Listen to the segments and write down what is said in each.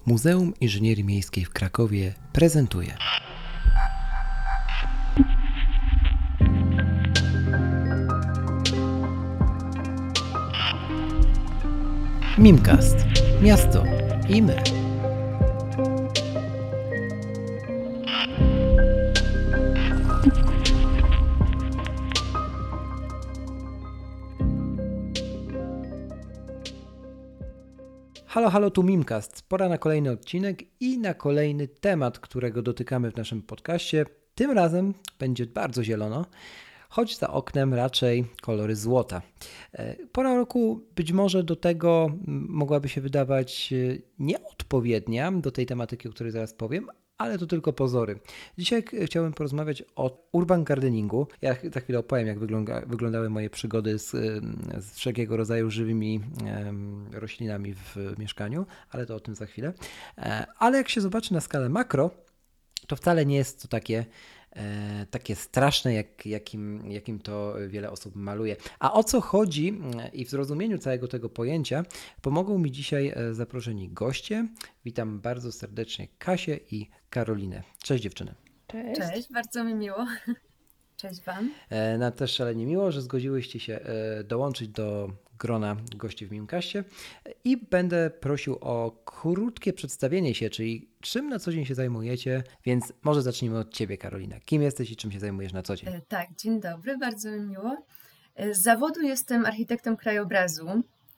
Muzeum Inżynierii Miejskiej w Krakowie prezentuje Mimcast. Miasto i my. Halo, tu Mimcast. Pora na kolejny odcinek i na kolejny temat, którego dotykamy w naszym podcaście. Tym razem będzie bardzo zielono, choć za oknem raczej kolory złota. Pora roku być może do tego mogłaby się wydawać nieodpowiednia do tej tematyki, o której zaraz powiem, ale to tylko pozory. Dzisiaj chciałbym porozmawiać o urban gardeningu. Ja za chwilę opowiem, jak wyglądały moje przygody z wszelkiego rodzaju żywymi roślinami w mieszkaniu, ale to o tym za chwilę. Ale jak się zobaczy na skalę makro, to wcale nie jest to takie straszne, jakim to wiele osób maluje. A o co chodzi i w zrozumieniu całego tego pojęcia pomogą mi dzisiaj zaproszeni goście. Witam bardzo serdecznie Kasię i Karolinę. Cześć dziewczyny. Cześć, bardzo mi miło. Cześć Wam. Nam też szalenie miło, że zgodziłyście się dołączyć do grona gości w Mimcaście i będę prosił o krótkie przedstawienie się, czyli czym na co dzień się zajmujecie, więc może zacznijmy od Ciebie, Karolina. Kim jesteś i czym się zajmujesz na co dzień? Tak, dzień dobry, bardzo mi miło. Z zawodu jestem architektem krajobrazu.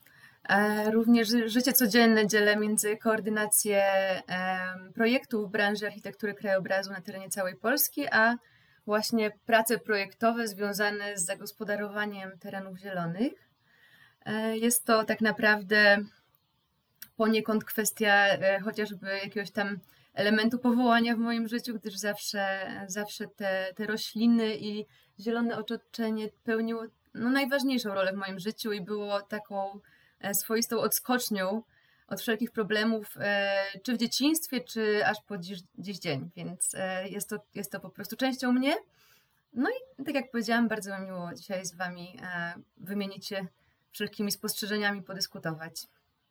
Również życie codzienne dzielę między koordynację projektów w branży architektury krajobrazu na terenie całej Polski, a właśnie prace projektowe związane z zagospodarowaniem terenów zielonych. Jest to tak naprawdę poniekąd kwestia chociażby jakiegoś tam elementu powołania w moim życiu, gdyż zawsze te rośliny i zielone otoczenie pełniło najważniejszą rolę w moim życiu i było taką swoistą odskocznią od wszelkich problemów, czy w dzieciństwie, czy aż po dziś dzień, więc jest to po prostu częścią mnie. No i tak jak powiedziałam, bardzo mi miło dzisiaj z Wami wymienić się wszelkimi spostrzeżeniami, podyskutować.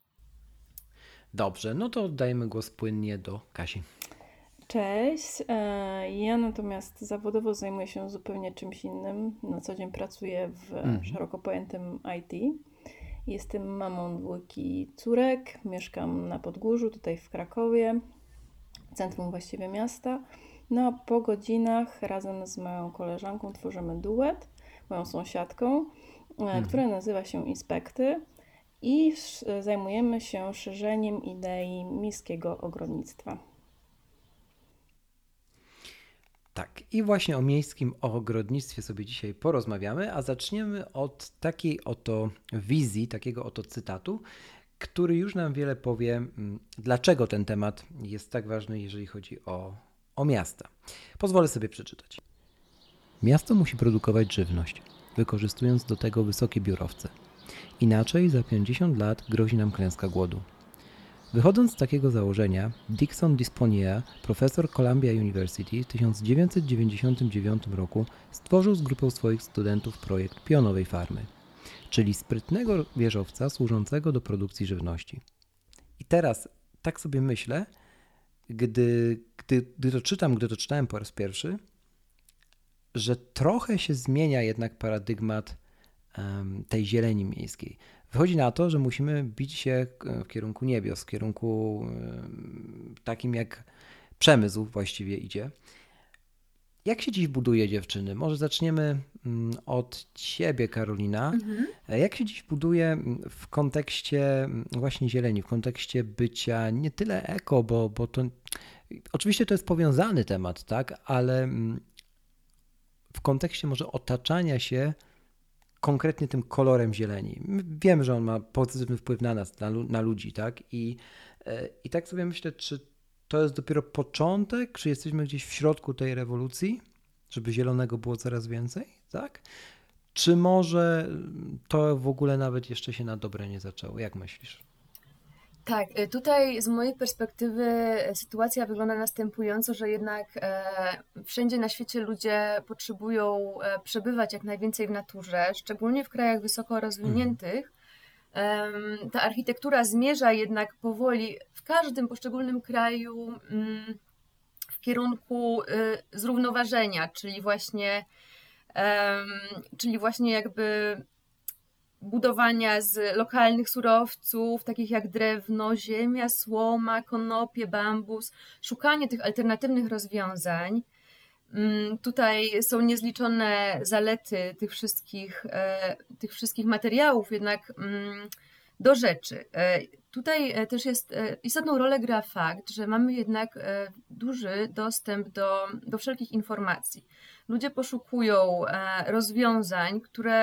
Dobrze, no to oddajemy głos płynnie do Kasi. Cześć, ja natomiast zawodowo zajmuję się zupełnie czymś innym. Na co dzień pracuję w szeroko pojętym IT. Jestem mamą 2 córek, mieszkam na Podgórzu, tutaj w Krakowie, centrum właściwie miasta. No a po godzinach razem z moją koleżanką tworzymy duet, moją sąsiadką, która nazywa się Inspekty i zajmujemy się szerzeniem idei miejskiego ogrodnictwa. Tak, i właśnie o miejskim ogrodnictwie sobie dzisiaj porozmawiamy, a zaczniemy od takiej oto wizji, takiego oto cytatu, który już nam wiele powie, dlaczego ten temat jest tak ważny, jeżeli chodzi o miasta. Pozwolę sobie przeczytać. Miasto musi produkować żywność, wykorzystując do tego wysokie biurowce. Inaczej za 50 lat grozi nam klęska głodu. Wychodząc z takiego założenia, Dixon Disponier, profesor Columbia University, w 1999 roku stworzył z grupą swoich studentów projekt pionowej farmy, czyli sprytnego wieżowca służącego do produkcji żywności. I teraz tak sobie myślę, gdy to czytałem po raz pierwszy, że trochę się zmienia jednak paradygmat tej zieleni miejskiej. Wychodzi na to, że musimy bić się w kierunku niebios, w kierunku takim jak przemysł właściwie idzie. Jak się dziś buduje, dziewczyny? Może zaczniemy od Ciebie, Karolina. Jak się dziś buduje w kontekście właśnie zieleni, w kontekście bycia nie tyle eko, bo to oczywiście to jest powiązany temat, tak, ale w kontekście może otaczania się konkretnie tym kolorem zieleni. Wiem, że on ma pozytywny wpływ na nas, na ludzi, tak? I tak sobie myślę, czy to jest dopiero początek, czy jesteśmy gdzieś w środku tej rewolucji, żeby zielonego było coraz więcej, tak? Czy może to w ogóle nawet jeszcze się na dobre nie zaczęło? Jak myślisz? Tak, tutaj z mojej perspektywy sytuacja wygląda następująco, że jednak wszędzie na świecie ludzie potrzebują przebywać jak najwięcej w naturze, szczególnie w krajach wysoko rozwiniętych, ta architektura zmierza jednak powoli w każdym poszczególnym kraju w kierunku zrównoważenia, czyli właśnie jakby budowania z lokalnych surowców, takich jak drewno, ziemia, słoma, konopie, bambus, szukanie tych alternatywnych rozwiązań. Tutaj są niezliczone zalety tych wszystkich materiałów, jednak do rzeczy. Tutaj też istotną rolę gra fakt, że mamy jednak duży dostęp do wszelkich informacji. Ludzie poszukują rozwiązań,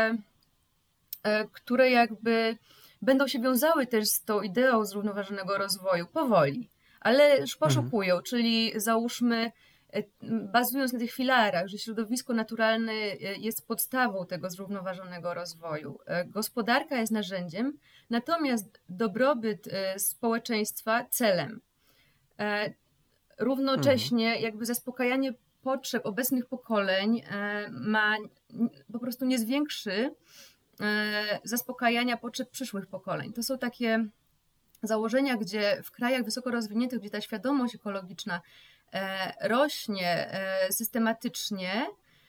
które jakby będą się wiązały też z tą ideą zrównoważonego rozwoju powoli, ale już poszukują, czyli załóżmy, bazując na tych filarach, że środowisko naturalne jest podstawą tego zrównoważonego rozwoju. Gospodarka jest narzędziem, natomiast dobrobyt społeczeństwa celem. Równocześnie jakby zaspokajanie potrzeb obecnych pokoleń po prostu nie zwiększy zaspokajania potrzeb przyszłych pokoleń. To są takie założenia, gdzie w krajach wysoko rozwiniętych, gdzie ta świadomość ekologiczna rośnie systematycznie,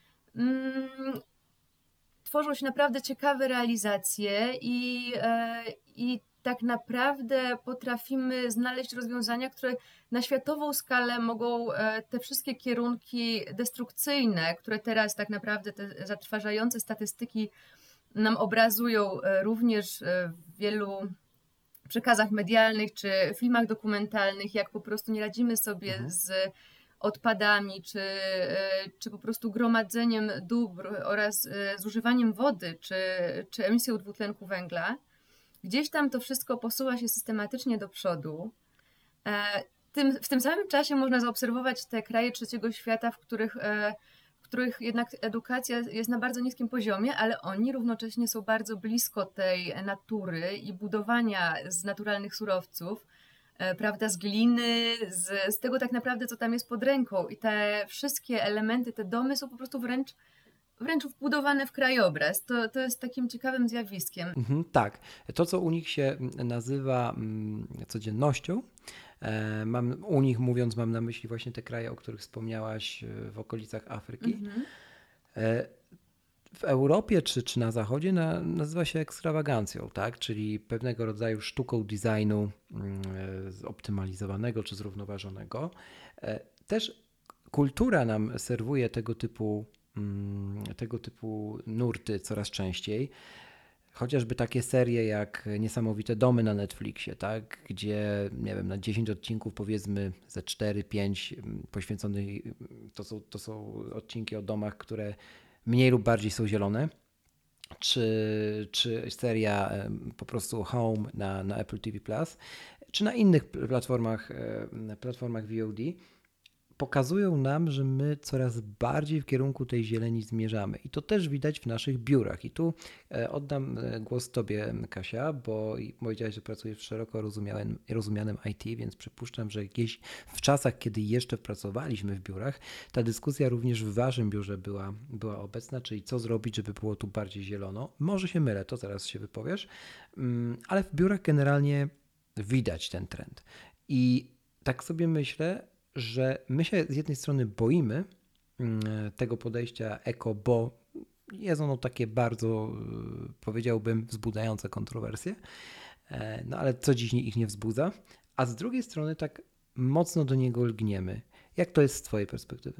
tworzą się naprawdę ciekawe realizacje i tak naprawdę potrafimy znaleźć rozwiązania, które na światową skalę mogą te wszystkie kierunki destrukcyjne, które teraz tak naprawdę te zatrważające statystyki nam obrazują również w wielu przekazach medialnych czy filmach dokumentalnych, jak po prostu nie radzimy sobie z odpadami, czy po prostu gromadzeniem dóbr oraz zużywaniem wody, czy emisją dwutlenku węgla. Gdzieś tam to wszystko posuwa się systematycznie do przodu. W tym samym czasie można zaobserwować te kraje trzeciego świata, w których jednak edukacja jest na bardzo niskim poziomie, ale oni równocześnie są bardzo blisko tej natury i budowania z naturalnych surowców, prawda, z gliny, z tego tak naprawdę, co tam jest pod ręką. I te wszystkie elementy, te domy są po prostu wręcz wbudowane w krajobraz. To jest takim ciekawym zjawiskiem. Tak. To, co u nich się nazywa codziennością, u nich mówiąc, mam na myśli właśnie te kraje, o których wspomniałaś w okolicach Afryki. W Europie czy na Zachodzie nazywa się ekstrawagancją, tak? Czyli pewnego rodzaju sztuką designu zoptymalizowanego czy zrównoważonego. Też kultura nam serwuje tego typu nurty coraz częściej. Chociażby takie serie jak Niesamowite domy na Netflixie, tak? Gdzie, nie wiem, na 10 odcinków powiedzmy ze 4-5 poświęconych, to są odcinki o domach, które mniej lub bardziej są zielone, czy seria po prostu Home na Apple TV+, czy na innych platformach VOD, pokazują nam, że my coraz bardziej w kierunku tej zieleni zmierzamy. I to też widać w naszych biurach. I tu oddam głos Tobie, Kasia, bo powiedziałaś, że pracujesz w szeroko rozumianym IT, więc przypuszczam, że gdzieś w czasach, kiedy jeszcze pracowaliśmy w biurach, ta dyskusja również w Waszym biurze była obecna, czyli co zrobić, żeby było tu bardziej zielono. Może się mylę, to zaraz się wypowiesz, ale w biurach generalnie widać ten trend. I tak sobie myślę, że my się z jednej strony boimy tego podejścia eko, bo jest ono takie bardzo, powiedziałbym, wzbudzające kontrowersje, no ale co dziś ich nie wzbudza, a z drugiej strony tak mocno do niego lgniemy. Jak to jest z Twojej perspektywy?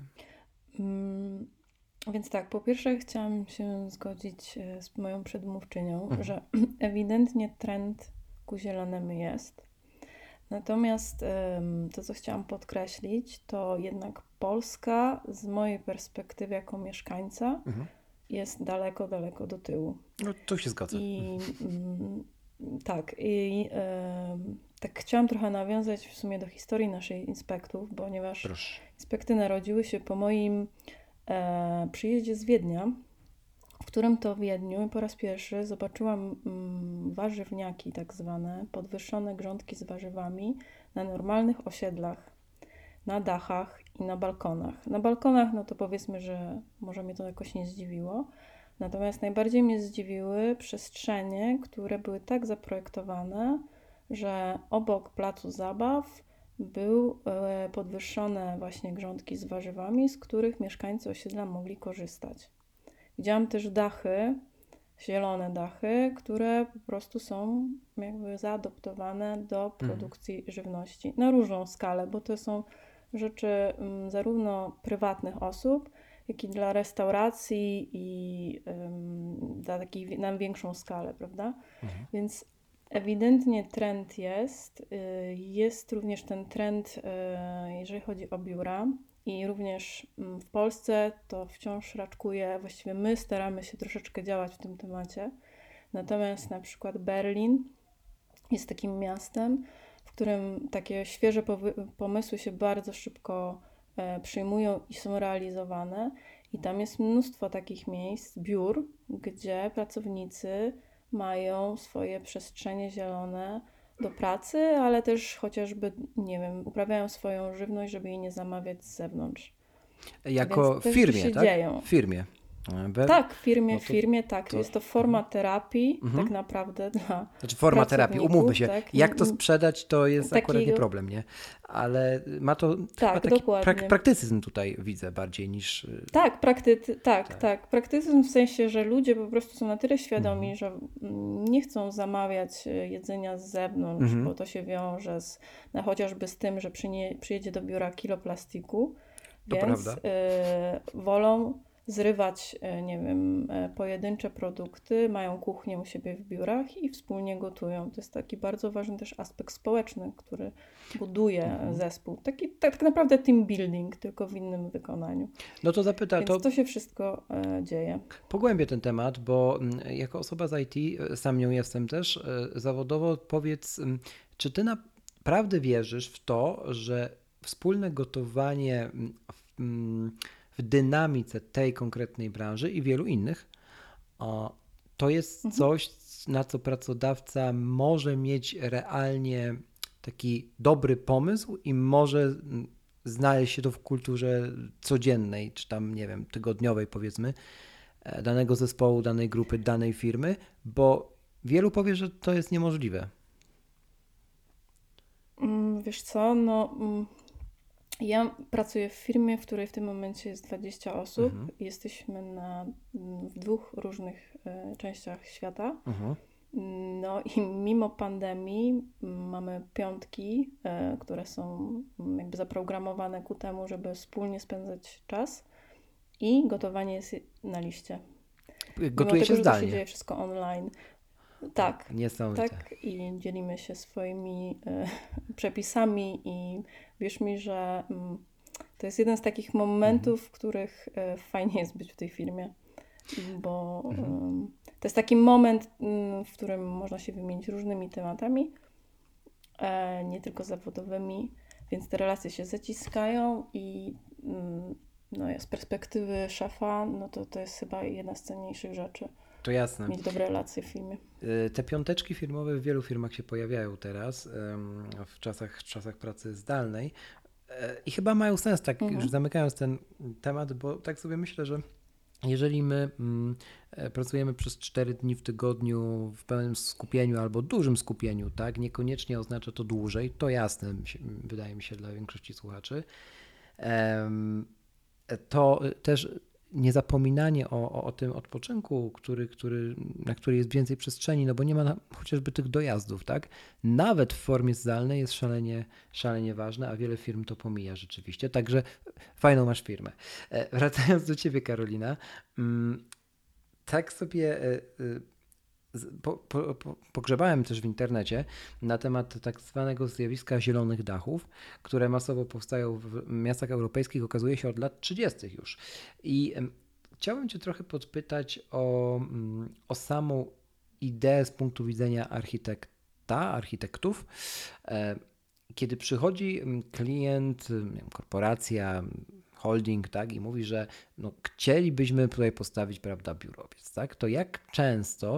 Więc tak, po pierwsze chciałam się zgodzić z moją przedmówczynią, że ewidentnie trend ku zielonemu jest. Natomiast to, co chciałam podkreślić, to jednak Polska z mojej perspektywy jako mieszkańca jest daleko, daleko do tyłu. No to się zgadza. Tak, tak chciałam trochę nawiązać w sumie do historii naszych inspektów, ponieważ inspekty narodziły się po moim przyjeździe z Wiednia, w którym to Wiedniu po raz pierwszy zobaczyłam warzywniaki tak zwane, podwyższone grządki z warzywami na normalnych osiedlach, na dachach i na balkonach. Na balkonach, no to powiedzmy, że może mnie to jakoś nie zdziwiło. Natomiast najbardziej mnie zdziwiły przestrzenie, które były tak zaprojektowane, że obok placu zabaw były podwyższone właśnie grządki z warzywami, z których mieszkańcy osiedla mogli korzystać. Widziałam też dachy, zielone dachy, które po prostu są jakby zaadoptowane do produkcji żywności na różną skalę, bo to są rzeczy zarówno prywatnych osób, jak i dla restauracji i dla takiej na większą skalę, prawda? Więc ewidentnie trend jest również ten trend, jeżeli chodzi o biura. I również w Polsce to wciąż raczkuje, właściwie my staramy się troszeczkę działać w tym temacie. Natomiast na przykład Berlin jest takim miastem, w którym takie świeże pomysły się bardzo szybko przyjmują i są realizowane. I tam jest mnóstwo takich miejsc, biur, gdzie pracownicy mają swoje przestrzenie zielone do pracy, ale też chociażby, nie wiem, uprawiają swoją żywność, żeby jej nie zamawiać z zewnątrz. Jako w firmie, tak? Dzieją. W firmie. Tak, w No firmie, tak. Jest to forma terapii, tak naprawdę dla Znaczy forma terapii, umówmy się. Tak? Jak to sprzedać, to jest Takiego... akurat nie problem, nie? Ale ma to tak, taki dokładnie. praktycyzm tutaj widzę bardziej niż... Tak, tak. Praktycyzm w sensie, że ludzie po prostu są na tyle świadomi, że nie chcą zamawiać jedzenia z zewnątrz, bo to się wiąże chociażby z tym, że przyjedzie do biura kilo plastiku, to więc wolą zrywać, nie wiem, pojedyncze produkty, mają kuchnię u siebie w biurach i wspólnie gotują. To jest taki bardzo ważny też aspekt społeczny, który buduje zespół. Taki tak naprawdę team building, tylko w innym wykonaniu. No to Więc to się wszystko dzieje. Pogłębię ten temat, bo jako osoba z IT, sam nią jestem też, zawodowo powiedz, czy ty naprawdę wierzysz w to, że wspólne gotowanie w dynamice tej konkretnej branży i wielu innych, to jest coś, na co pracodawca może mieć realnie taki dobry pomysł i może znaleźć się to w kulturze codziennej, czy tam, nie wiem, tygodniowej powiedzmy, danego zespołu, danej grupy, danej firmy, bo wielu powie, że to jest niemożliwe. Wiesz co, ja pracuję w firmie, w której w tym momencie jest 20 osób. Jesteśmy w 2 różnych częściach świata. No i mimo pandemii mamy piątki, które są jakby zaprogramowane ku temu, żeby wspólnie spędzać czas i gotowanie jest na liście. Gotuje się zdalnie. To się dzieje wszystko online. Tak, niesamowite. Tak i dzielimy się swoimi przepisami i wierz mi, że to jest jeden z takich momentów, w których fajnie jest być w tej firmie, bo to jest taki moment, w którym można się wymienić różnymi tematami, nie tylko zawodowymi, więc te relacje się zaciskają i z perspektywy szefa, to jest chyba jedna z cenniejszych rzeczy. To jasne. Mieć dobre relacje w firmie. Te piąteczki firmowe w wielu firmach się pojawiają teraz w czasach pracy zdalnej i chyba mają sens, tak już zamykając ten temat, bo tak sobie myślę, że jeżeli my pracujemy przez 4 dni w tygodniu w pełnym skupieniu albo dużym skupieniu, tak, niekoniecznie oznacza to dłużej, to jasne, wydaje mi się dla większości słuchaczy, to też niezapominanie o tym odpoczynku, na który jest więcej przestrzeni, no bo nie ma chociażby tych dojazdów, tak? Nawet w formie zdalnej jest szalenie ważne, a wiele firm to pomija rzeczywiście, także fajną masz firmę. Wracając do ciebie, Karolina, tak sobie pogrzebałem też w internecie na temat tak zwanego zjawiska zielonych dachów, które masowo powstają w miastach europejskich, okazuje się od lat 30. już. I chciałbym cię trochę podpytać o samą ideę z punktu widzenia architektów. Kiedy przychodzi klient, korporacja, holding, tak, i mówi, że chcielibyśmy tutaj postawić, prawda, biurowiec, tak, to jak często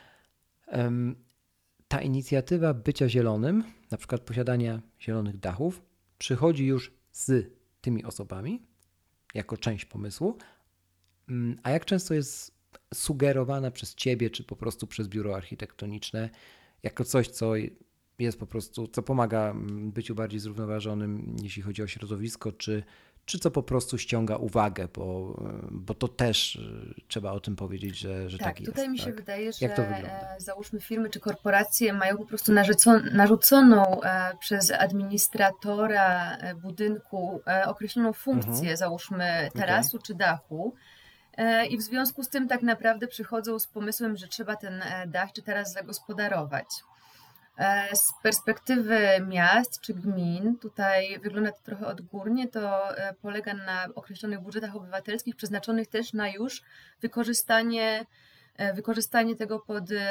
ta inicjatywa bycia zielonym, na przykład posiadania zielonych dachów, przychodzi już z tymi osobami jako część pomysłu, a jak często jest sugerowana przez ciebie, czy po prostu przez biuro architektoniczne, jako coś, co jest po prostu, co pomaga byciu bardziej zrównoważonym, jeśli chodzi o środowisko, czy co po prostu ściąga uwagę, bo to też trzeba o tym powiedzieć, że tak jest. Tutaj mi się tak? wydaje, Jak to że wygląda? załóżmy firmy czy korporacje mają po prostu narzuconą przez administratora budynku określoną funkcję, załóżmy tarasu czy dachu. I w związku z tym tak naprawdę przychodzą z pomysłem, że trzeba ten dach czy taras zagospodarować. Z perspektywy miast czy gmin, tutaj wygląda to trochę odgórnie, to polega na określonych budżetach obywatelskich przeznaczonych też na już wykorzystanie tego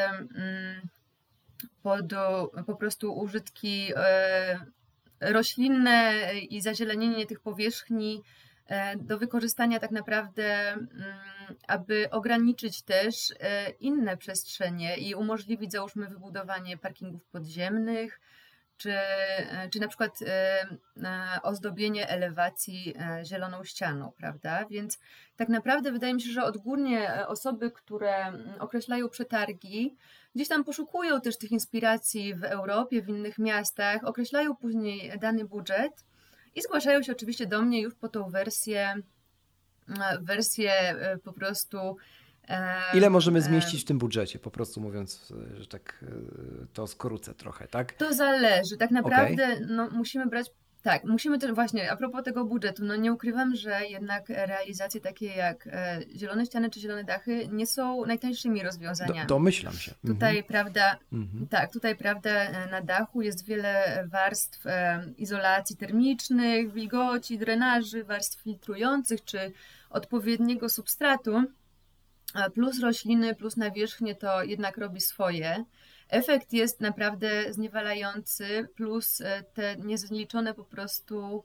pod po prostu użytki roślinne i zazielenienie tych powierzchni do wykorzystania tak naprawdę, aby ograniczyć też inne przestrzenie i umożliwić załóżmy wybudowanie parkingów podziemnych, czy na przykład ozdobienie elewacji zieloną ścianą, prawda? Więc tak naprawdę wydaje mi się, że odgórnie osoby, które określają przetargi, gdzieś tam poszukują też tych inspiracji w Europie, w innych miastach, określają później dany budżet i zgłaszają się oczywiście do mnie już po tą wersję po prostu. Ile możemy zmieścić w tym budżecie, po prostu mówiąc, że tak to skrócę trochę, tak? To zależy. Tak naprawdę musimy brać. Tak, musimy też właśnie, a propos tego budżetu, nie ukrywam, że jednak realizacje takie jak zielone ściany czy zielone dachy nie są najtańszymi rozwiązaniami. Domyślam się. Tutaj prawda, tak, tutaj prawda na dachu jest wiele warstw izolacji termicznych, wilgoci, drenaży, warstw filtrujących czy odpowiedniego substratu, plus rośliny, plus nawierzchnie to jednak robi swoje. Efekt jest naprawdę zniewalający, plus te niezliczone po prostu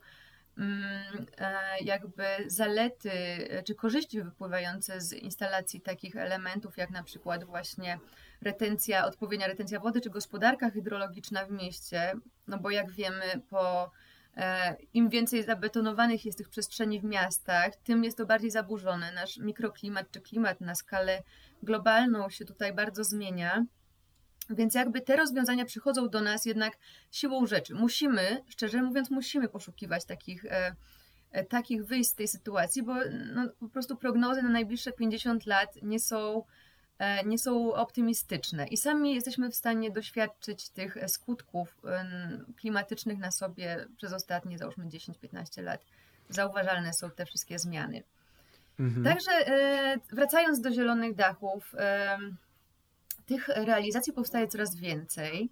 jakby zalety czy korzyści wypływające z instalacji takich elementów, jak na przykład właśnie odpowiednia retencja wody, czy gospodarka hydrologiczna w mieście, bo jak wiemy, im więcej zabetonowanych jest tych przestrzeni w miastach, tym jest to bardziej zaburzone. Nasz mikroklimat czy klimat na skalę globalną się tutaj bardzo zmienia. Więc jakby te rozwiązania przychodzą do nas jednak siłą rzeczy. Szczerze mówiąc, musimy poszukiwać takich wyjść z tej sytuacji, bo po prostu prognozy na najbliższe 50 lat nie są optymistyczne i sami jesteśmy w stanie doświadczyć tych skutków klimatycznych na sobie przez ostatnie, załóżmy 10-15 lat. Zauważalne są te wszystkie zmiany. Także wracając do zielonych dachów, tych realizacji powstaje coraz więcej.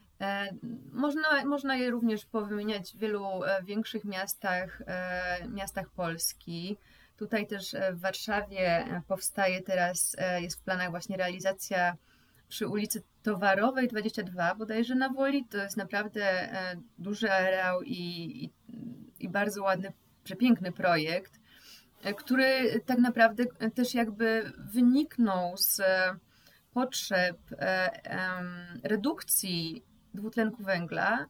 Można je również powymieniać w wielu większych miastach Polski. Tutaj też w Warszawie powstaje teraz, jest w planach właśnie realizacja przy ulicy Towarowej 22, bodajże na Woli. To jest naprawdę duży areał i bardzo ładny, przepiękny projekt, który tak naprawdę też jakby wyniknął z potrzeb redukcji dwutlenku węgla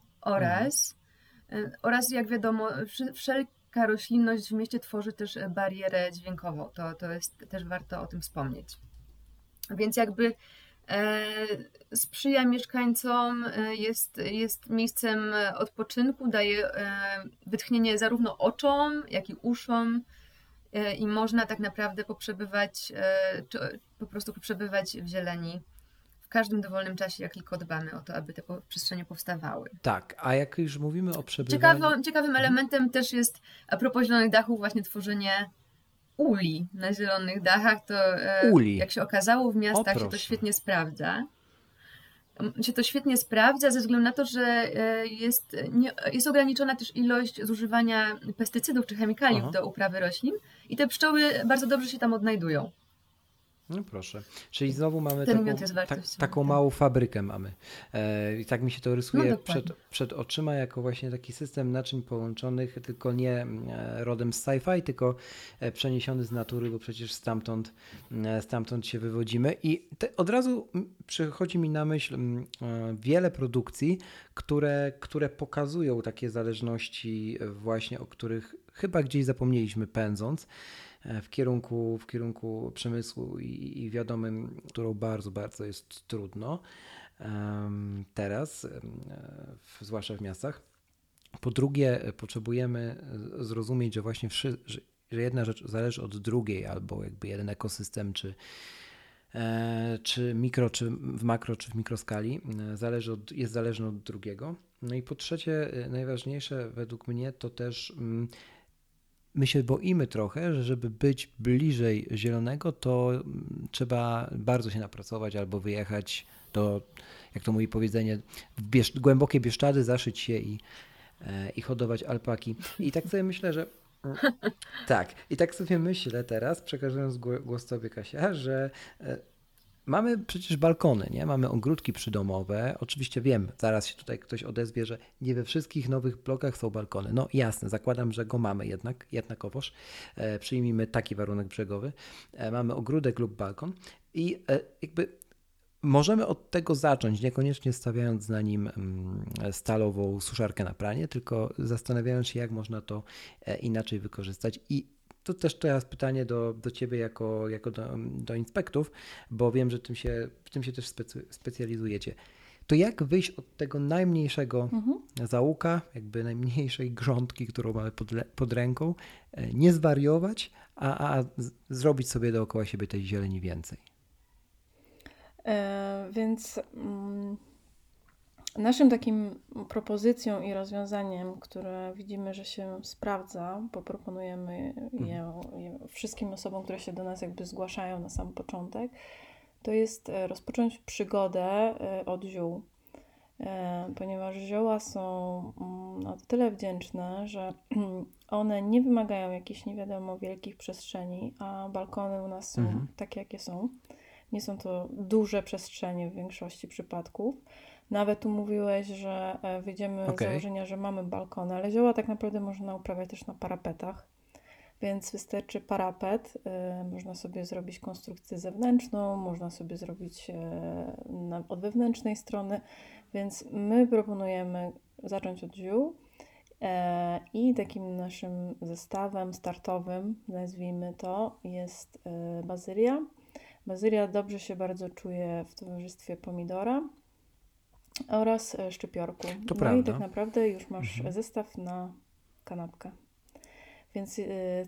oraz jak wiadomo, wszelka roślinność w mieście tworzy też barierę dźwiękową. To jest też warto o tym wspomnieć. Więc jakby sprzyja mieszkańcom, jest miejscem odpoczynku, daje wytchnienie zarówno oczom, jak i uszom i można tak naprawdę po prostu poprzebywać w zieleni w każdym dowolnym czasie, jak tylko dbamy o to, aby te przestrzenie powstawały. Tak, a jak już mówimy o przebywaniu... Ciekawym elementem też jest, a propos zielonych dachów, właśnie tworzenie uli na zielonych dachach. To jak się okazało w miastach się to świetnie sprawdza. Ze względu na to, że jest ograniczona też ilość zużywania pestycydów czy chemikaliów do uprawy roślin i te pszczoły bardzo dobrze się tam odnajdują. No proszę. Czyli znowu mamy taką tak. małą fabrykę mamy. I tak mi się to rysuje przed oczyma jako właśnie taki system naczyń połączonych, tylko nie rodem z sci-fi, tylko przeniesiony z natury, bo przecież stamtąd się wywodzimy. I od razu przychodzi mi na myśl wiele produkcji, które pokazują takie zależności właśnie, o których chyba gdzieś zapomnieliśmy pędząc w kierunku przemysłu i wiadomym, którą bardzo, bardzo jest trudno teraz, zwłaszcza w miastach. Po drugie, potrzebujemy zrozumieć, że właśnie że jedna rzecz zależy od drugiej, albo jakby jeden ekosystem, czy mikro, czy w makro, czy w mikroskali, jest zależny od drugiego. No i po trzecie, najważniejsze według mnie to też my się boimy trochę, że żeby być bliżej zielonego, to trzeba bardzo się napracować albo wyjechać do, jak to mówi powiedzenie, w głębokie Bieszczady, zaszyć się i hodować alpaki. I tak sobie myślę, że tak, i tak sobie myślę teraz, przekazując głos Tobie, Kasia, że mamy przecież balkony, nie? Mamy ogródki przydomowe. Oczywiście wiem, zaraz się tutaj ktoś odezwie, że nie we wszystkich nowych blokach są balkony. No jasne, zakładam, że go mamy jednakowoż. Przyjmijmy taki warunek brzegowy. Mamy ogródek lub balkon i jakby możemy od tego zacząć, niekoniecznie stawiając na nim stalową suszarkę na pranie, tylko zastanawiając się, jak można to inaczej wykorzystać. I to też teraz pytanie do Ciebie jako do inspektów, bo wiem, że w tym się też specjalizujecie. To jak wyjść od tego najmniejszego zaułka, jakby najmniejszej grządki, którą mamy pod ręką, nie zwariować, a zrobić sobie dookoła siebie tej zieleni więcej? Więc naszym takim propozycją i rozwiązaniem, które widzimy, że się sprawdza, bo proponujemy je wszystkim osobom, które się do nas jakby zgłaszają na sam początek, to jest rozpocząć przygodę od ziół. Ponieważ zioła są o tyle wdzięczne, że one nie wymagają jakichś nie wiadomo wielkich przestrzeni, a balkony u nas są takie, jakie są. Nie są to duże przestrzenie w większości przypadków. Nawet tu mówiłeś, że wyjdziemy z założenia, że mamy balkony, ale zioła tak naprawdę można uprawiać też na parapetach. Więc wystarczy parapet, można sobie zrobić konstrukcję zewnętrzną, można sobie zrobić od wewnętrznej strony, więc my proponujemy zacząć od ziół i takim naszym zestawem startowym, nazwijmy to, jest bazylia. Bazylia dobrze się bardzo czuje w towarzystwie pomidora oraz szczypiorku. To no prawda. I tak naprawdę już masz zestaw na kanapkę. Więc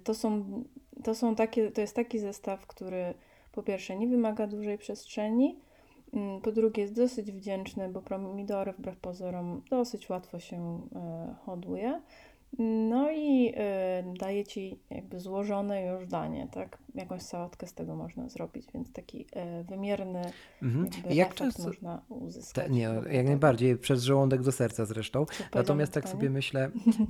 to jest taki zestaw, który po pierwsze nie wymaga dużej przestrzeni, po drugie jest dosyć wdzięczny, bo pomidory wbrew pozorom dosyć łatwo się hoduje. No i daje Ci jakby złożone już danie, tak? Jakąś sałatkę z tego można zrobić, więc taki wymierny efekt można uzyskać. Jak najbardziej, przez żołądek do serca zresztą. Natomiast tak sobie myślę,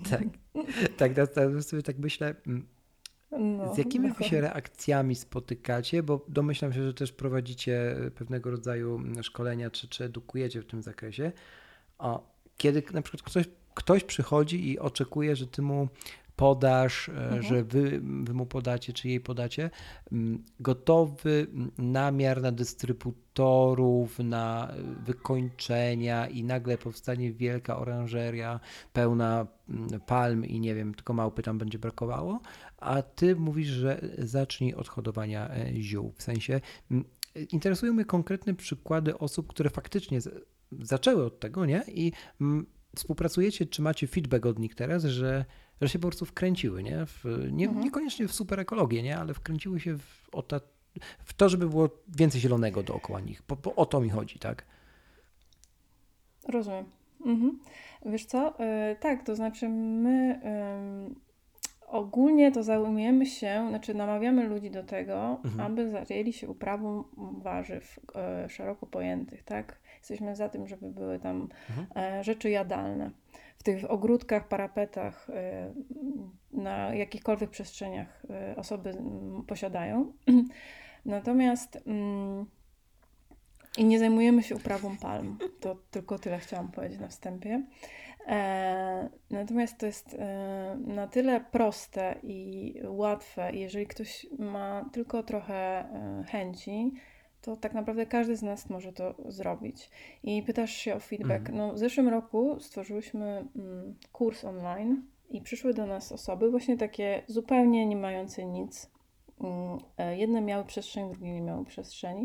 sobie tak myślę, z jakimi wy się reakcjami spotykacie, bo domyślam się, że też prowadzicie pewnego rodzaju szkolenia, czy edukujecie w tym zakresie, kiedy na przykład ktoś przychodzi i oczekuje, że ty mu podasz, że wy mu podacie, czy jej podacie gotowy namiar na dystrybutorów, na wykończenia i nagle powstanie wielka oranżeria pełna palm i nie wiem, tylko małpy tam będzie brakowało, a ty mówisz, że zacznij od hodowania ziół. W sensie interesują mnie konkretne przykłady osób, które faktycznie zaczęły od tego, nie? I współpracujecie, czy macie feedback od nich teraz, że się po prostu wkręciły, nie? Niekoniecznie w super ekologię, nie? Ale wkręciły się w to, żeby było więcej zielonego dookoła nich. Bo o to mi chodzi, tak? Rozumiem. Wiesz co? Tak, to znaczy my ogólnie to zajmujemy się, namawiamy ludzi do tego, aby zajęli się uprawą warzyw szeroko pojętych, tak? Jesteśmy za tym, żeby były tam rzeczy jadalne. W tych ogródkach, parapetach, na jakichkolwiek przestrzeniach osoby posiadają. Natomiast i nie zajmujemy się uprawą palm. To tylko tyle chciałam powiedzieć na wstępie. Natomiast to jest na tyle proste i łatwe, jeżeli ktoś ma tylko trochę chęci, to tak naprawdę każdy z nas może to zrobić. I pytasz się o feedback. No, w zeszłym roku stworzyłyśmy kurs online i przyszły do nas osoby właśnie takie zupełnie nie mające nic. Jedne miały przestrzeń, drugie nie miały przestrzeni.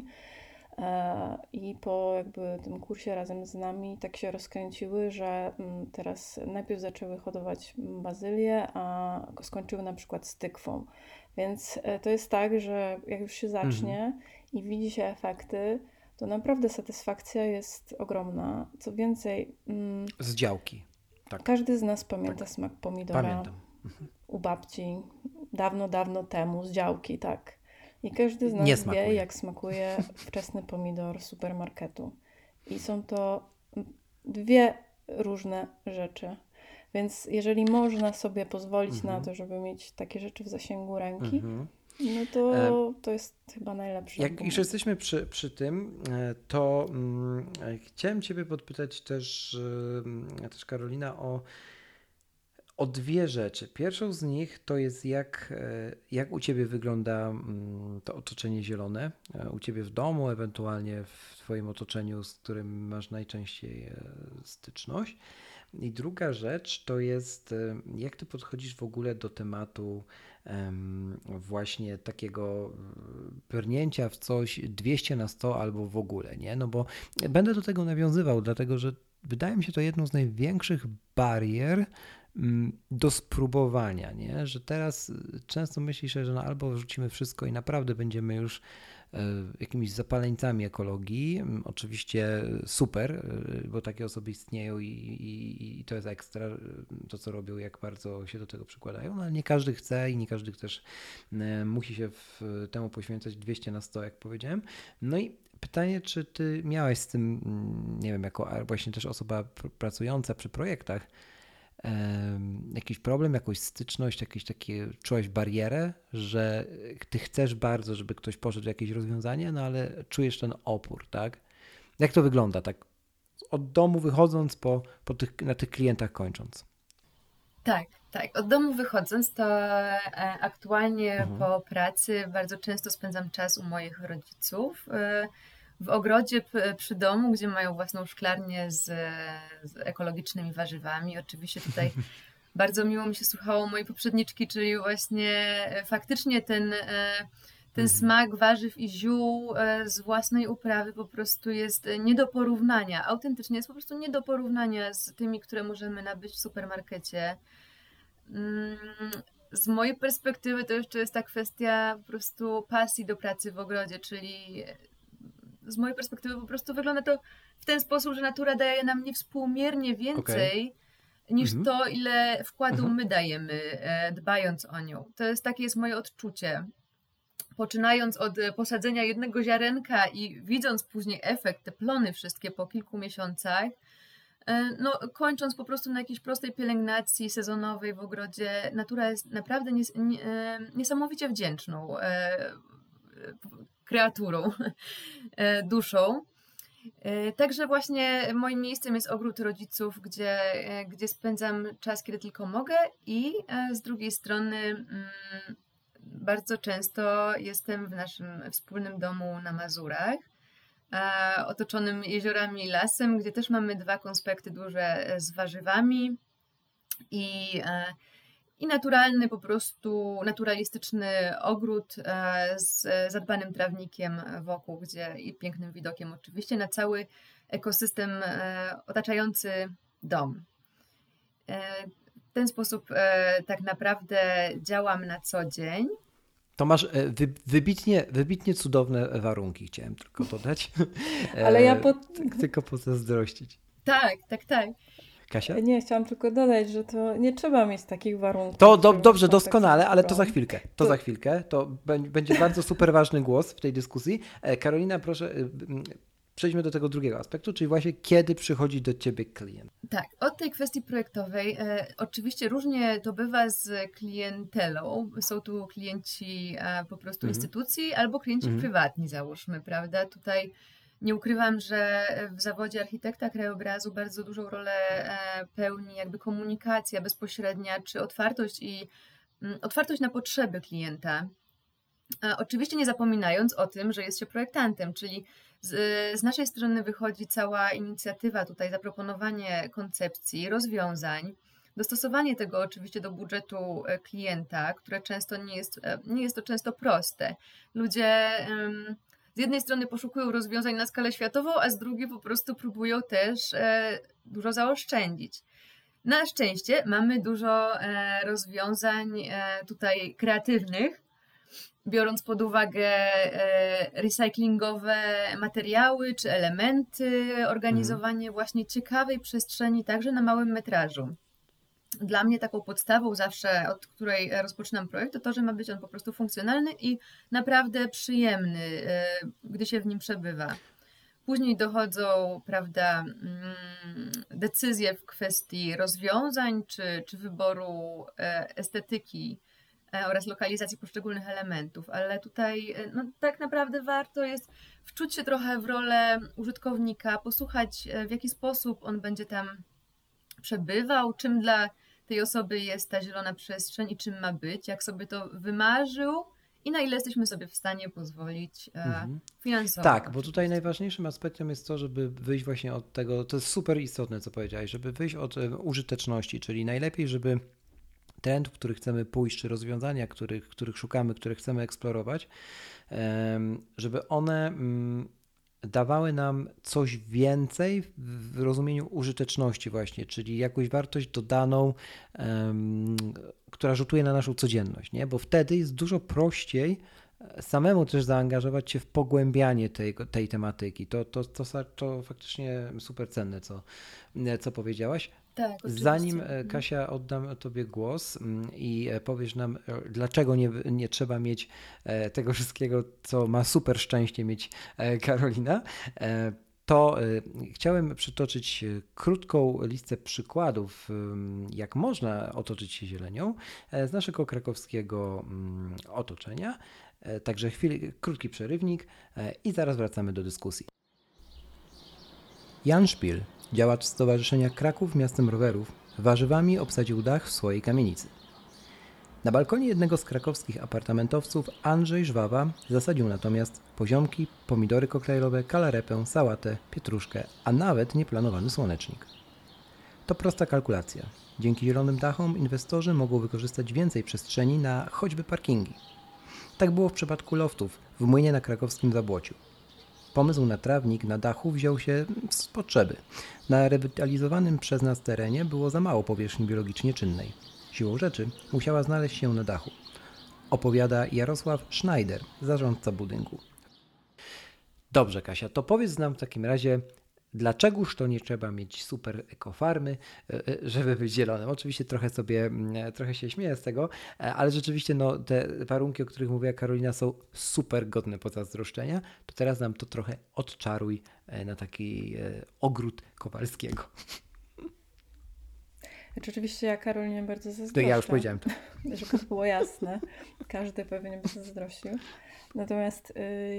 I po jakby tym kursie razem z nami tak się rozkręciły, że teraz najpierw zaczęły hodować bazylię, a skończyły na przykład z tykwą. Więc to jest tak, że jak już się zacznie i widzi się efekty, to naprawdę satysfakcja jest ogromna. Co więcej, Z działki. Tak. każdy z nas pamięta smak pomidora Pamiętam. u babci dawno, dawno temu z działki, tak. I każdy z Nie nas smakuje. wie, jak smakuje wczesny pomidor z supermarketu. I są to dwie różne rzeczy. Więc jeżeli można sobie pozwolić na to, żeby mieć takie rzeczy w zasięgu ręki, no to jest chyba najlepsze. Jak już jesteśmy przy tym, to chciałem Ciebie podpytać też Karolina, o dwie rzeczy. Pierwszą z nich to jest jak u Ciebie wygląda to otoczenie zielone, u Ciebie w domu, ewentualnie w Twoim otoczeniu, z którym masz najczęściej styczność. I druga rzecz to jest, jak Ty podchodzisz w ogóle do tematu właśnie takiego brnięcia w coś 200 na 100 albo w ogóle, nie? No bo będę do tego nawiązywał, dlatego że wydaje mi się to jedną z największych barier do spróbowania, nie? Że teraz często myślisz, że no albo wrzucimy wszystko i naprawdę będziemy już jakimiś zapaleńcami ekologii. Oczywiście super, bo takie osoby istnieją i to jest ekstra, to co robią, jak bardzo się do tego przykładają, no ale nie każdy chce i nie każdy też musi się temu poświęcać 200 na 100, jak powiedziałem. No i pytanie, czy ty miałeś z tym, nie wiem, jako właśnie też osoba pracująca przy projektach, jakiś problem, jakąś styczność, jakieś takie, czułaś barierę, że ty chcesz bardzo, żeby ktoś poszedł w jakieś rozwiązanie, no ale czujesz ten opór, tak? Jak to wygląda, tak od domu wychodząc, na tych klientach kończąc? Tak. Od domu wychodząc, to aktualnie po pracy bardzo często spędzam czas u moich rodziców. W ogrodzie przy domu, gdzie mają własną szklarnię z ekologicznymi warzywami. Oczywiście tutaj bardzo miło mi się słuchało mojej poprzedniczki, czyli właśnie faktycznie ten smak warzyw i ziół z własnej uprawy po prostu jest nie do porównania. Autentycznie jest po prostu nie do porównania z tymi, które możemy nabyć w supermarkecie. Z mojej perspektywy to jeszcze jest ta kwestia po prostu pasji do pracy w ogrodzie, czyli z mojej perspektywy po prostu wygląda to w ten sposób, że natura daje nam niewspółmiernie więcej niż to, ile wkładu my dajemy, dbając o nią. Takie jest moje odczucie. Poczynając od posadzenia jednego ziarenka i widząc później efekt, te plony wszystkie po kilku miesiącach, no kończąc po prostu na jakiejś prostej pielęgnacji sezonowej w ogrodzie, natura jest naprawdę niesamowicie wdzięczną kreaturą, duszą. Także właśnie moim miejscem jest ogród rodziców, gdzie spędzam czas, kiedy tylko mogę i z drugiej strony bardzo często jestem w naszym wspólnym domu na Mazurach, otoczonym jeziorami i lasem, gdzie też mamy 2 konspekty duże z warzywami i naturalny, po prostu naturalistyczny ogród z zadbanym trawnikiem wokół, i pięknym widokiem oczywiście na cały ekosystem otaczający dom. W ten sposób tak naprawdę działam na co dzień. To masz wybitnie cudowne warunki, chciałem tylko dodać. Ale ja tylko pozazdrościć. Tak. Kasia? Nie, chciałam tylko dodać, że to nie trzeba mieć takich warunków. To dobrze, doskonale, ale to za chwilkę. Za chwilkę. To będzie bardzo super ważny głos w tej dyskusji. Karolina, proszę, przejdźmy do tego drugiego aspektu, czyli właśnie kiedy przychodzi do Ciebie klient. Tak, od tej kwestii projektowej oczywiście różnie to bywa z klientelą. Są tu klienci po prostu instytucji albo klienci prywatni, załóżmy, prawda? Tutaj nie ukrywam, że w zawodzie architekta krajobrazu bardzo dużą rolę pełni jakby komunikacja bezpośrednia, czy otwartość na potrzeby klienta. Oczywiście nie zapominając o tym, że jest się projektantem, czyli z naszej strony wychodzi cała inicjatywa tutaj, zaproponowanie koncepcji, rozwiązań, Dostosowanie tego oczywiście do budżetu klienta, które często nie jest to często proste. Ludzie z jednej strony poszukują rozwiązań na skalę światową, a z drugiej po prostu próbują też dużo zaoszczędzić. Na szczęście mamy dużo rozwiązań tutaj kreatywnych, biorąc pod uwagę recyklingowe materiały czy elementy, organizowanie właśnie ciekawej przestrzeni także na małym metrażu. Dla mnie taką podstawą zawsze, od której rozpoczynam projekt, to to, że ma być on po prostu funkcjonalny i naprawdę przyjemny, gdy się w nim przebywa. Później dochodzą, prawda, decyzje w kwestii rozwiązań czy wyboru estetyki oraz lokalizacji poszczególnych elementów, ale tutaj no, tak naprawdę warto jest wczuć się trochę w rolę użytkownika, posłuchać, w jaki sposób on będzie tam przebywał, czym dla tej osoby jest ta zielona przestrzeń i czym ma być, jak sobie to wymarzył i na ile jesteśmy sobie w stanie pozwolić finansowo. Tak, bo tutaj najważniejszym aspektem jest to, żeby wyjść właśnie od tego, to jest super istotne, co powiedziałeś, żeby wyjść od użyteczności, czyli najlepiej, żeby trendów, w których chcemy pójść, czy rozwiązania, których szukamy, które chcemy eksplorować, żeby one dawały nam coś więcej w rozumieniu użyteczności właśnie, czyli jakąś wartość dodaną, która rzutuje na naszą codzienność, nie? Bo wtedy jest dużo prościej samemu też zaangażować się w pogłębianie tej tematyki. To faktycznie super cenne, co powiedziałaś. Tak, oczywiście. Zanim Kasia oddam Tobie głos i powiesz nam, dlaczego nie trzeba mieć tego wszystkiego, co ma super szczęście mieć Karolina, to chciałem przytoczyć krótką listę przykładów, jak można otoczyć się zielenią z naszego krakowskiego otoczenia. Także krótki przerywnik i zaraz wracamy do dyskusji. Jan Szpil, działacz Stowarzyszenia Kraków Miastem Rowerów, warzywami obsadził dach w swojej kamienicy. Na balkonie jednego z krakowskich apartamentowców Andrzej Żwawa zasadził natomiast poziomki, pomidory koktajlowe, kalarepę, sałatę, pietruszkę, a nawet nieplanowany słonecznik. To prosta kalkulacja. Dzięki zielonym dachom inwestorzy mogą wykorzystać więcej przestrzeni na choćby parkingi. Tak było w przypadku loftów w Młynie na krakowskim Zabłociu. Pomysł na trawnik na dachu wziął się z potrzeby. Na rewitalizowanym przez nas terenie było za mało powierzchni biologicznie czynnej. Siłą rzeczy musiała znaleźć się na dachu. Opowiada Jarosław Schneider, zarządca budynku. Dobrze, Kasia, to powiedz nam w takim razie, dlaczegoż to nie trzeba mieć super ekofarmy, żeby być zielonym. Oczywiście trochę się śmieję z tego, ale rzeczywiście no, te warunki, o których mówiła Karolina, są super godne pozazdroszczenia. To teraz nam to trochę odczaruj na taki ogród Kowalskiego. Oczywiście ja Karolinie bardzo zazdroszczę. To ja już powiedziałem to. Żeby to było jasne. Każdy pewnie by zazdrościł. Natomiast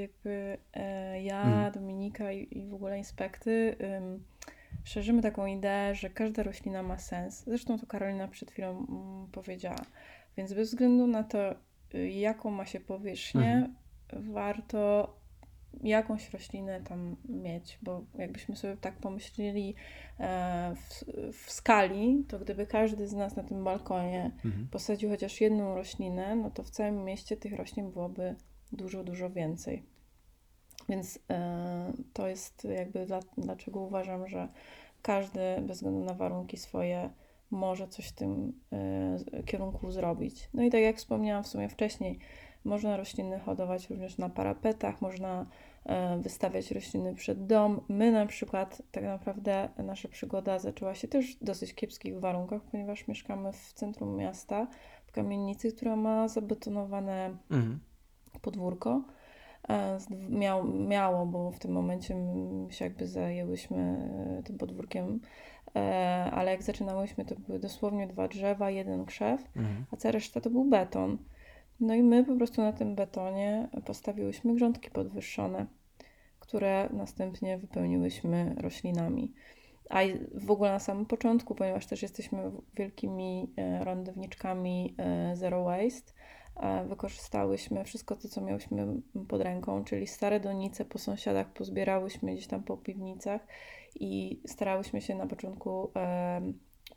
ja, Dominika i w ogóle Inspekty szerzymy taką ideę, że każda roślina ma sens. Zresztą to Karolina przed chwilą powiedziała. Więc bez względu na to, jaką ma się powierzchnię, warto jakąś roślinę tam mieć, bo jakbyśmy sobie tak pomyśleli w skali, to gdyby każdy z nas na tym balkonie posadził chociaż jedną roślinę, no to w całym mieście tych roślin byłoby dużo, dużo więcej. Więc to jest jakby dlaczego uważam, że każdy bez względu na warunki swoje może coś w tym kierunku zrobić. No i tak jak wspomniałam w sumie wcześniej, można rośliny hodować również na parapetach, można wystawiać rośliny przed dom. My na przykład, tak naprawdę nasza przygoda zaczęła się też w dosyć kiepskich warunkach, ponieważ mieszkamy w centrum miasta, w kamienicy, która ma zabetonowane podwórko. Miało, bo w tym momencie się jakby zajęłyśmy tym podwórkiem, ale jak zaczynałyśmy, to były dosłownie 2 drzewa, 1 krzew, a cała reszta to był beton. No i my po prostu na tym betonie postawiłyśmy grządki podwyższone, które następnie wypełniłyśmy roślinami. A w ogóle na samym początku, ponieważ też jesteśmy wielkimi rondowniczkami Zero Waste, wykorzystałyśmy wszystko to, co miałyśmy pod ręką, czyli stare donice po sąsiadach pozbierałyśmy gdzieś tam po piwnicach i starałyśmy się na początku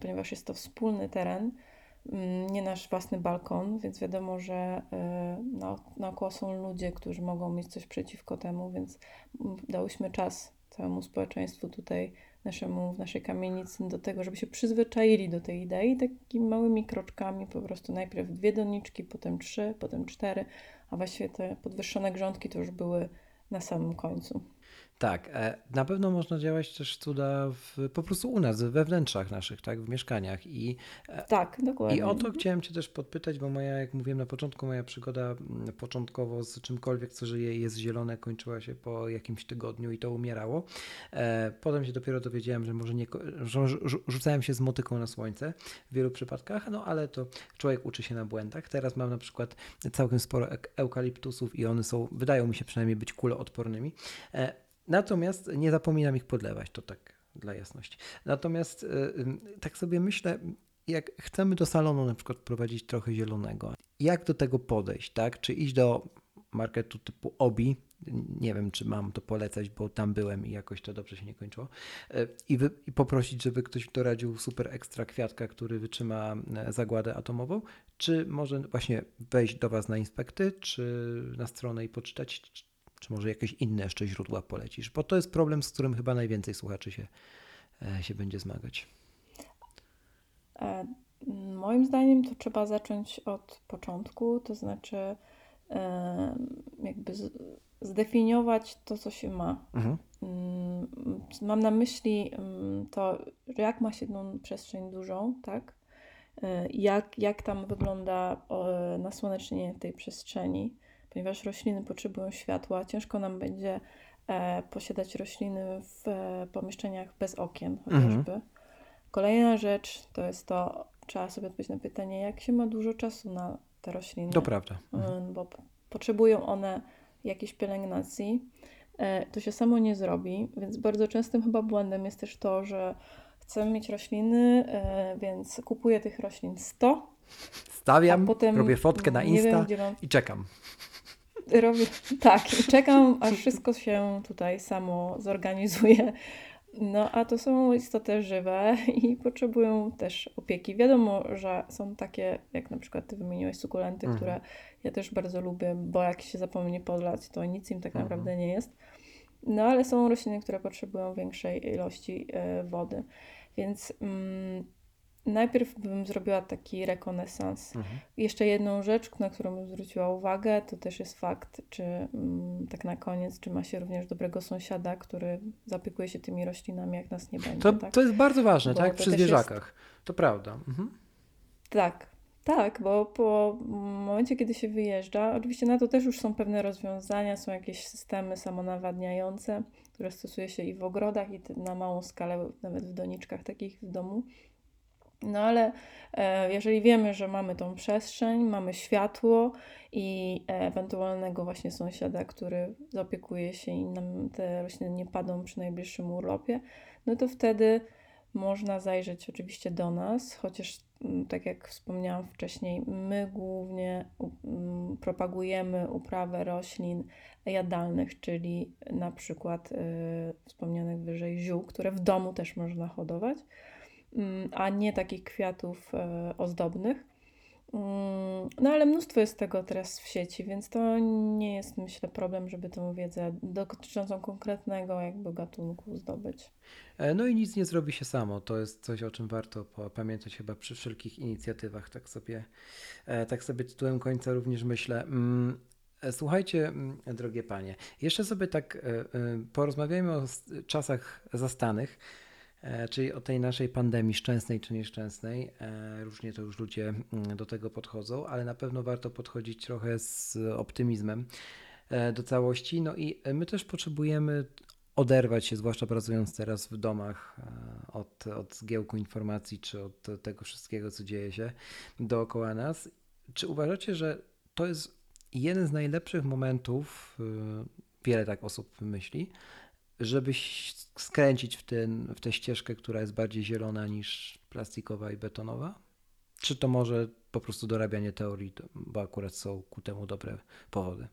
ponieważ jest to wspólny teren, nie nasz własny balkon, więc wiadomo, że naokoło są ludzie, którzy mogą mieć coś przeciwko temu, więc dałyśmy czas całemu społeczeństwu tutaj w naszej kamienicy do tego, żeby się przyzwyczaili do tej idei, takimi małymi kroczkami, po prostu najpierw 2 doniczki, potem 3, potem 4, a właściwie te podwyższone grządki to już były na samym końcu. Tak, na pewno można działać też cuda po prostu u nas, we wnętrzach naszych, tak, w mieszkaniach Tak, i dokładnie. o to chciałem Cię też podpytać, bo jak mówiłem na początku, moja przygoda początkowo z czymkolwiek, co żyje i jest zielone, kończyła się po jakimś tygodniu i to umierało. Potem się dopiero dowiedziałem, że może nie, że rzucałem się z motyką na słońce w wielu przypadkach, no ale to człowiek uczy się na błędach. Teraz mam na przykład całkiem sporo eukaliptusów i one wydają mi się przynajmniej być kuloodpornymi. Natomiast nie zapominam ich podlewać, to tak dla jasności. Natomiast tak sobie myślę, jak chcemy do salonu na przykład wprowadzić trochę zielonego, jak do tego podejść, tak? Czy iść do marketu typu Obi, nie wiem, czy mam to polecać, bo tam byłem i jakoś to dobrze się nie kończyło, i poprosić, żeby ktoś doradził super ekstra kwiatka, który wytrzyma zagładę atomową, czy może właśnie wejść do Was na Inspekty, czy na stronę i poczytać, czy może jakieś inne jeszcze źródła polecisz? Bo to jest problem, z którym chyba najwięcej słuchaczy się będzie zmagać. Moim zdaniem to trzeba zacząć od początku, to znaczy jakby zdefiniować to, co się ma. Mhm. Mam na myśli to, że jak ma się jedną przestrzeń dużą, tak? Jak tam wygląda nasłonecznienie tej przestrzeni, ponieważ rośliny potrzebują światła. Ciężko nam będzie posiadać rośliny w pomieszczeniach bez okien chociażby. Kolejna rzecz to jest to, trzeba sobie odpowiedzieć na pytanie, jak się ma dużo czasu na te rośliny. To prawda. Bo potrzebują one jakiejś pielęgnacji. To się samo nie zrobi, więc bardzo częstym chyba błędem jest też to, że chcemy mieć rośliny, więc kupuję tych roślin 100. Stawiam, a potem robię fotkę na nie wiem, Insta gdzie mam... i czekam. Tak, i czekam, aż wszystko się tutaj samo zorganizuje. No, a to są istoty żywe i potrzebują też opieki. Wiadomo, że są takie, jak na przykład ty wymieniłeś, sukulenty, które ja też bardzo lubię, bo jak się zapomni podlać, to nic im tak naprawdę nie jest. No, ale są rośliny, które potrzebują większej ilości wody. Więc najpierw bym zrobiła taki rekonesans. Jeszcze jedną rzecz, na którą bym zwróciła uwagę, to też jest fakt, czy tak na koniec, czy ma się również dobrego sąsiada, który zaopiekuje się tymi roślinami, jak nas nie będzie. To jest bardzo ważne, Bo tak? to Przy też zwierzakach. To prawda. Tak, bo po momencie, kiedy się wyjeżdża, oczywiście na to też już są pewne rozwiązania, są jakieś systemy samonawadniające, które stosuje się i w ogrodach, i na małą skalę, nawet w doniczkach takich w domu. No ale jeżeli wiemy, że mamy tą przestrzeń, mamy światło i ewentualnego właśnie sąsiada, który zaopiekuje się i nam te rośliny nie padą przy najbliższym urlopie, no to wtedy można zajrzeć oczywiście do nas, chociaż tak jak wspomniałam wcześniej, my głównie propagujemy uprawę roślin jadalnych, czyli na przykład wspomnianych wyżej ziół, które w domu też można hodować, a nie takich kwiatów ozdobnych. No ale mnóstwo jest tego teraz w sieci, więc to nie jest, myślę, problem, żeby tę wiedzę dotyczącą konkretnego jakby gatunku zdobyć. No i nic nie zrobi się samo. To jest coś, o czym warto pamiętać chyba przy wszelkich inicjatywach. Tak sobie tytułem końca również myślę. Słuchajcie, drogie panie, jeszcze sobie tak porozmawiajmy o czasach zastanych, czyli o tej naszej pandemii szczęsnej czy nieszczęsnej. Różnie to już ludzie do tego podchodzą, ale na pewno warto podchodzić trochę z optymizmem do całości. No i my też potrzebujemy oderwać się, zwłaszcza pracując teraz w domach, od zgiełku informacji czy od tego wszystkiego, co dzieje się dookoła nas. Czy uważacie, że to jest jeden z najlepszych momentów, wiele tak osób myśli, żeby skręcić w tę ścieżkę, która jest bardziej zielona niż plastikowa i betonowa? Czy to może po prostu dorabianie teorii, bo akurat są ku temu dobre powody?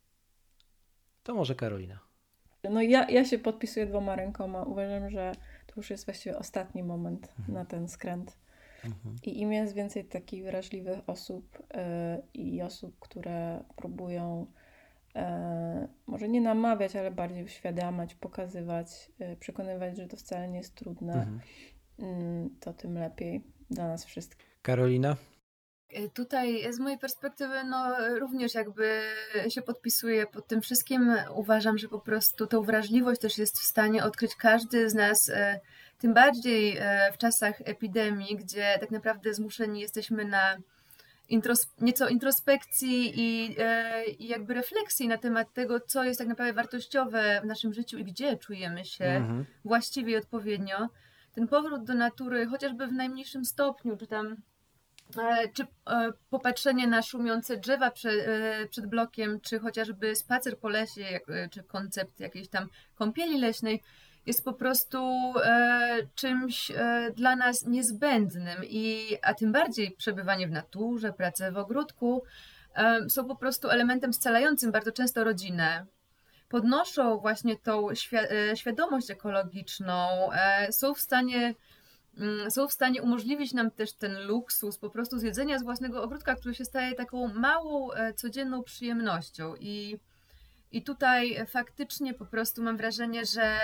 To może Karolina. No ja się podpisuję 2 rękoma. Uważam, że to już jest właściwie ostatni moment na ten skręt. Mhm. I im jest więcej takich wrażliwych osób i osób, które próbują może nie namawiać, ale bardziej uświadamiać, pokazywać, przekonywać, że to wcale nie jest trudne, to tym lepiej dla nas wszystkich. Karolina? Tutaj z mojej perspektywy również jakby się podpisuję pod tym wszystkim. Uważam, że po prostu tą wrażliwość też jest w stanie odkryć każdy z nas, tym bardziej w czasach epidemii, gdzie tak naprawdę zmuszeni jesteśmy na nieco introspekcji i jakby refleksji na temat tego, co jest tak naprawdę wartościowe w naszym życiu i gdzie czujemy się właściwie i odpowiednio. Ten powrót do natury, chociażby w najmniejszym stopniu, czy popatrzenie na szumiące drzewa przed blokiem, czy chociażby spacer po lesie, czy koncept jakiejś tam kąpieli leśnej, jest po prostu czymś dla nas niezbędnym, a tym bardziej przebywanie w naturze, prace w ogródku są po prostu elementem scalającym bardzo często rodzinę. Podnoszą właśnie tą świadomość ekologiczną, są w stanie umożliwić nam też ten luksus po prostu zjedzenia z własnego ogródka, który się staje taką małą, codzienną przyjemnością. I tutaj faktycznie po prostu mam wrażenie,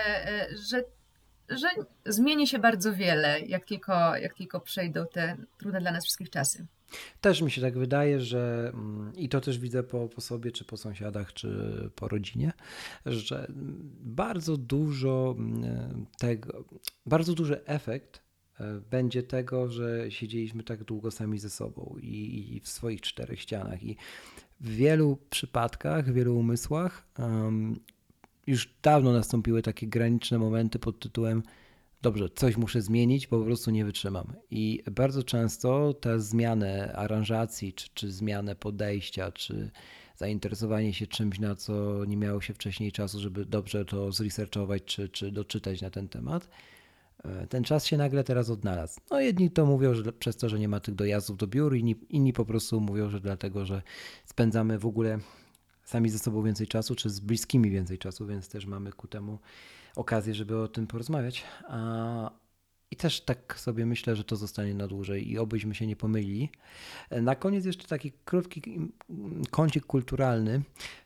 że zmieni się bardzo wiele, jak tylko przejdą te trudne dla nas wszystkich czasy. Też mi się tak wydaje, że i to też widzę po sobie, czy po sąsiadach, czy po rodzinie, że bardzo duży efekt będzie tego, że siedzieliśmy tak długo sami ze sobą i w swoich czterech ścianach. I w wielu przypadkach, w wielu umysłach już dawno nastąpiły takie graniczne momenty pod tytułem dobrze, coś muszę zmienić, bo po prostu nie wytrzymam. I bardzo często tę zmianę aranżacji, czy zmianę podejścia, czy zainteresowanie się czymś, na co nie miało się wcześniej czasu, żeby dobrze to zresearchować, czy doczytać na ten temat, ten czas się nagle teraz odnalazł. No jedni to mówią, że przez to, że nie ma tych dojazdów do biur, inni po prostu mówią, że dlatego, że spędzamy w ogóle sami ze sobą więcej czasu, czy z bliskimi więcej czasu, więc też mamy ku temu okazję, żeby o tym porozmawiać. I też tak sobie myślę, że to zostanie na dłużej i obyśmy się nie pomylili. Na koniec jeszcze taki krótki kącik kulturalny,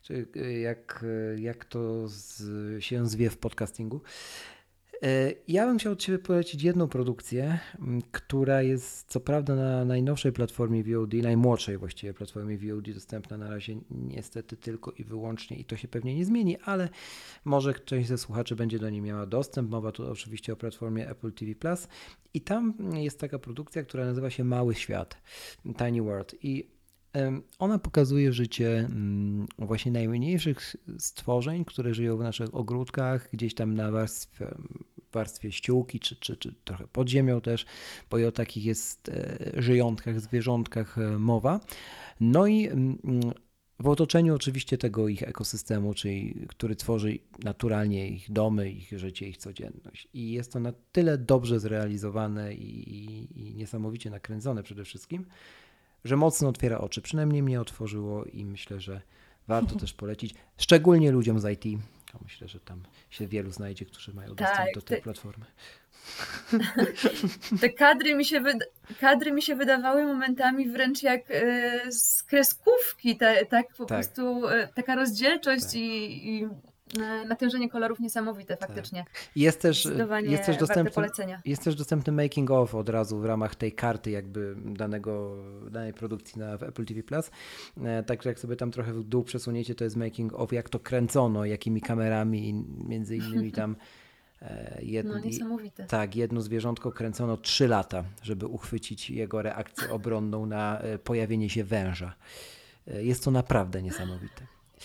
jak to się zwie w podcastingu. Ja bym chciał od Ciebie polecić jedną produkcję, która jest co prawda na najnowszej platformie VOD, najmłodszej właściwie platformie VOD, dostępna na razie niestety tylko i wyłącznie i to się pewnie nie zmieni, ale może część ze słuchaczy będzie do niej miała dostęp. Mowa tu oczywiście o platformie Apple TV+. I tam jest taka produkcja, która nazywa się Mały Świat, Tiny World. I ona pokazuje życie właśnie najmniejszych stworzeń, które żyją w naszych ogródkach, gdzieś tam na warstwie ściółki, czy trochę pod ziemią też, bo i o takich jest żyjątkach, zwierzątkach mowa. No i w otoczeniu oczywiście tego ich ekosystemu, czyli który tworzy naturalnie ich domy, ich życie, ich codzienność. I jest to na tyle dobrze zrealizowane i niesamowicie nakręcone przede wszystkim, że mocno otwiera oczy. Przynajmniej mnie otworzyło i myślę, że warto też polecić, szczególnie ludziom z IT. Myślę, że tam się wielu znajdzie, którzy mają dostęp do tej platformy. Te kadry mi się wydawały momentami wręcz jak z kreskówki, prostu taka rozdzielczość i natężenie kolorów niesamowite faktycznie. Tak. Jest też dostępny making of od razu w ramach tej karty jakby danej produkcji w Apple TV+. Tak jak sobie tam trochę w dół przesuniecie, to jest making of, jak to kręcono, jakimi kamerami i między innymi tam niesamowite. Tak, jedno zwierzątko kręcono 3 lata, żeby uchwycić jego reakcję obronną na pojawienie się węża. Jest to naprawdę niesamowite.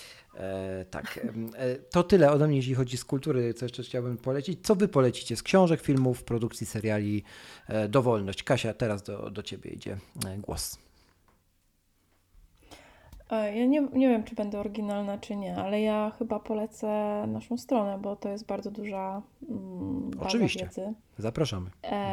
To tyle ode mnie, jeśli chodzi z kultury, co jeszcze chciałbym polecić. Co wy polecicie z książek, filmów, produkcji seriali? Dowolność. Kasia, teraz do ciebie idzie głos. Ja nie wiem, czy będę oryginalna, czy nie, ale ja chyba polecę naszą stronę, bo to jest bardzo duża baza Oczywiście. wiedzy. Zapraszamy.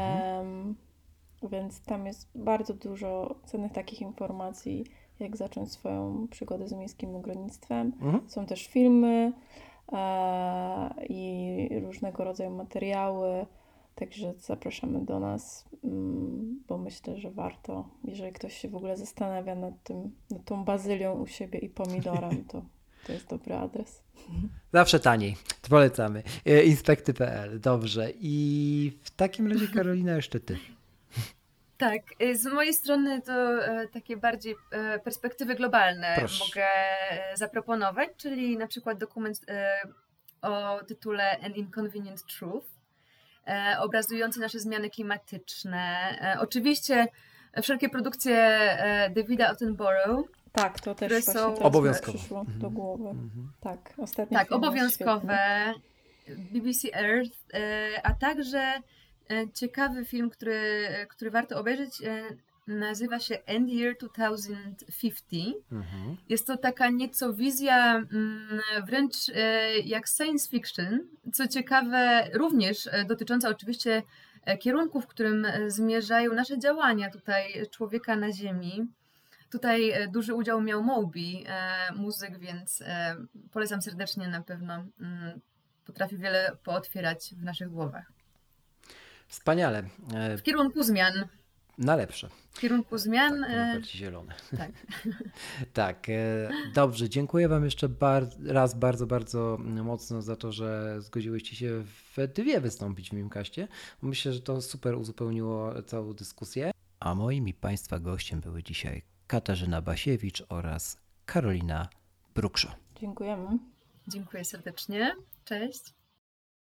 Więc tam jest bardzo dużo cennych takich informacji, jak zacząć swoją przygodę z miejskim ogrodnictwem. Są też filmy i różnego rodzaju materiały, Także zapraszamy do nas, bo myślę, że warto, jeżeli ktoś się w ogóle zastanawia nad tą bazylią u siebie i pomidorem, to jest dobry adres. Zawsze taniej. Polecamy. Inspekty.pl. Dobrze. I w takim razie, Karolina, jeszcze ty. Tak, z mojej strony to takie bardziej perspektywy globalne Proszę. mogę zaproponować, czyli na przykład dokument o tytule An Inconvenient Truth, obrazujący nasze zmiany klimatyczne. Oczywiście wszelkie produkcje Davida Attenborough. Tak, to też Które właśnie są teraz obowiązkowo. mi przyszło do głowy. Tak, ostatnio. Tak, film jest obowiązkowe. świetny. BBC Earth, a także ciekawy film, który warto obejrzeć, nazywa się End Year 2050. Jest to taka nieco wizja wręcz jak science fiction, co ciekawe również dotycząca oczywiście kierunku, w którym zmierzają nasze działania tutaj człowieka na Ziemi. Tutaj duży udział miał Moby, muzyk, więc polecam serdecznie, na pewno potrafi wiele pootwierać w naszych głowach. Wspaniale. W kierunku zmian. Na lepsze. W kierunku zmian. Tak, bardziej zielone. Tak. Tak. Dobrze. Dziękuję Wam jeszcze raz bardzo, bardzo mocno za to, że zgodziłyście się we dwie wystąpić w Mimcaście. Myślę, że to super uzupełniło całą dyskusję. A moim i Państwa gościem były dzisiaj Katarzyna Basiewicz oraz Karolina Brukszo. Dziękujemy. Dziękuję serdecznie. Cześć.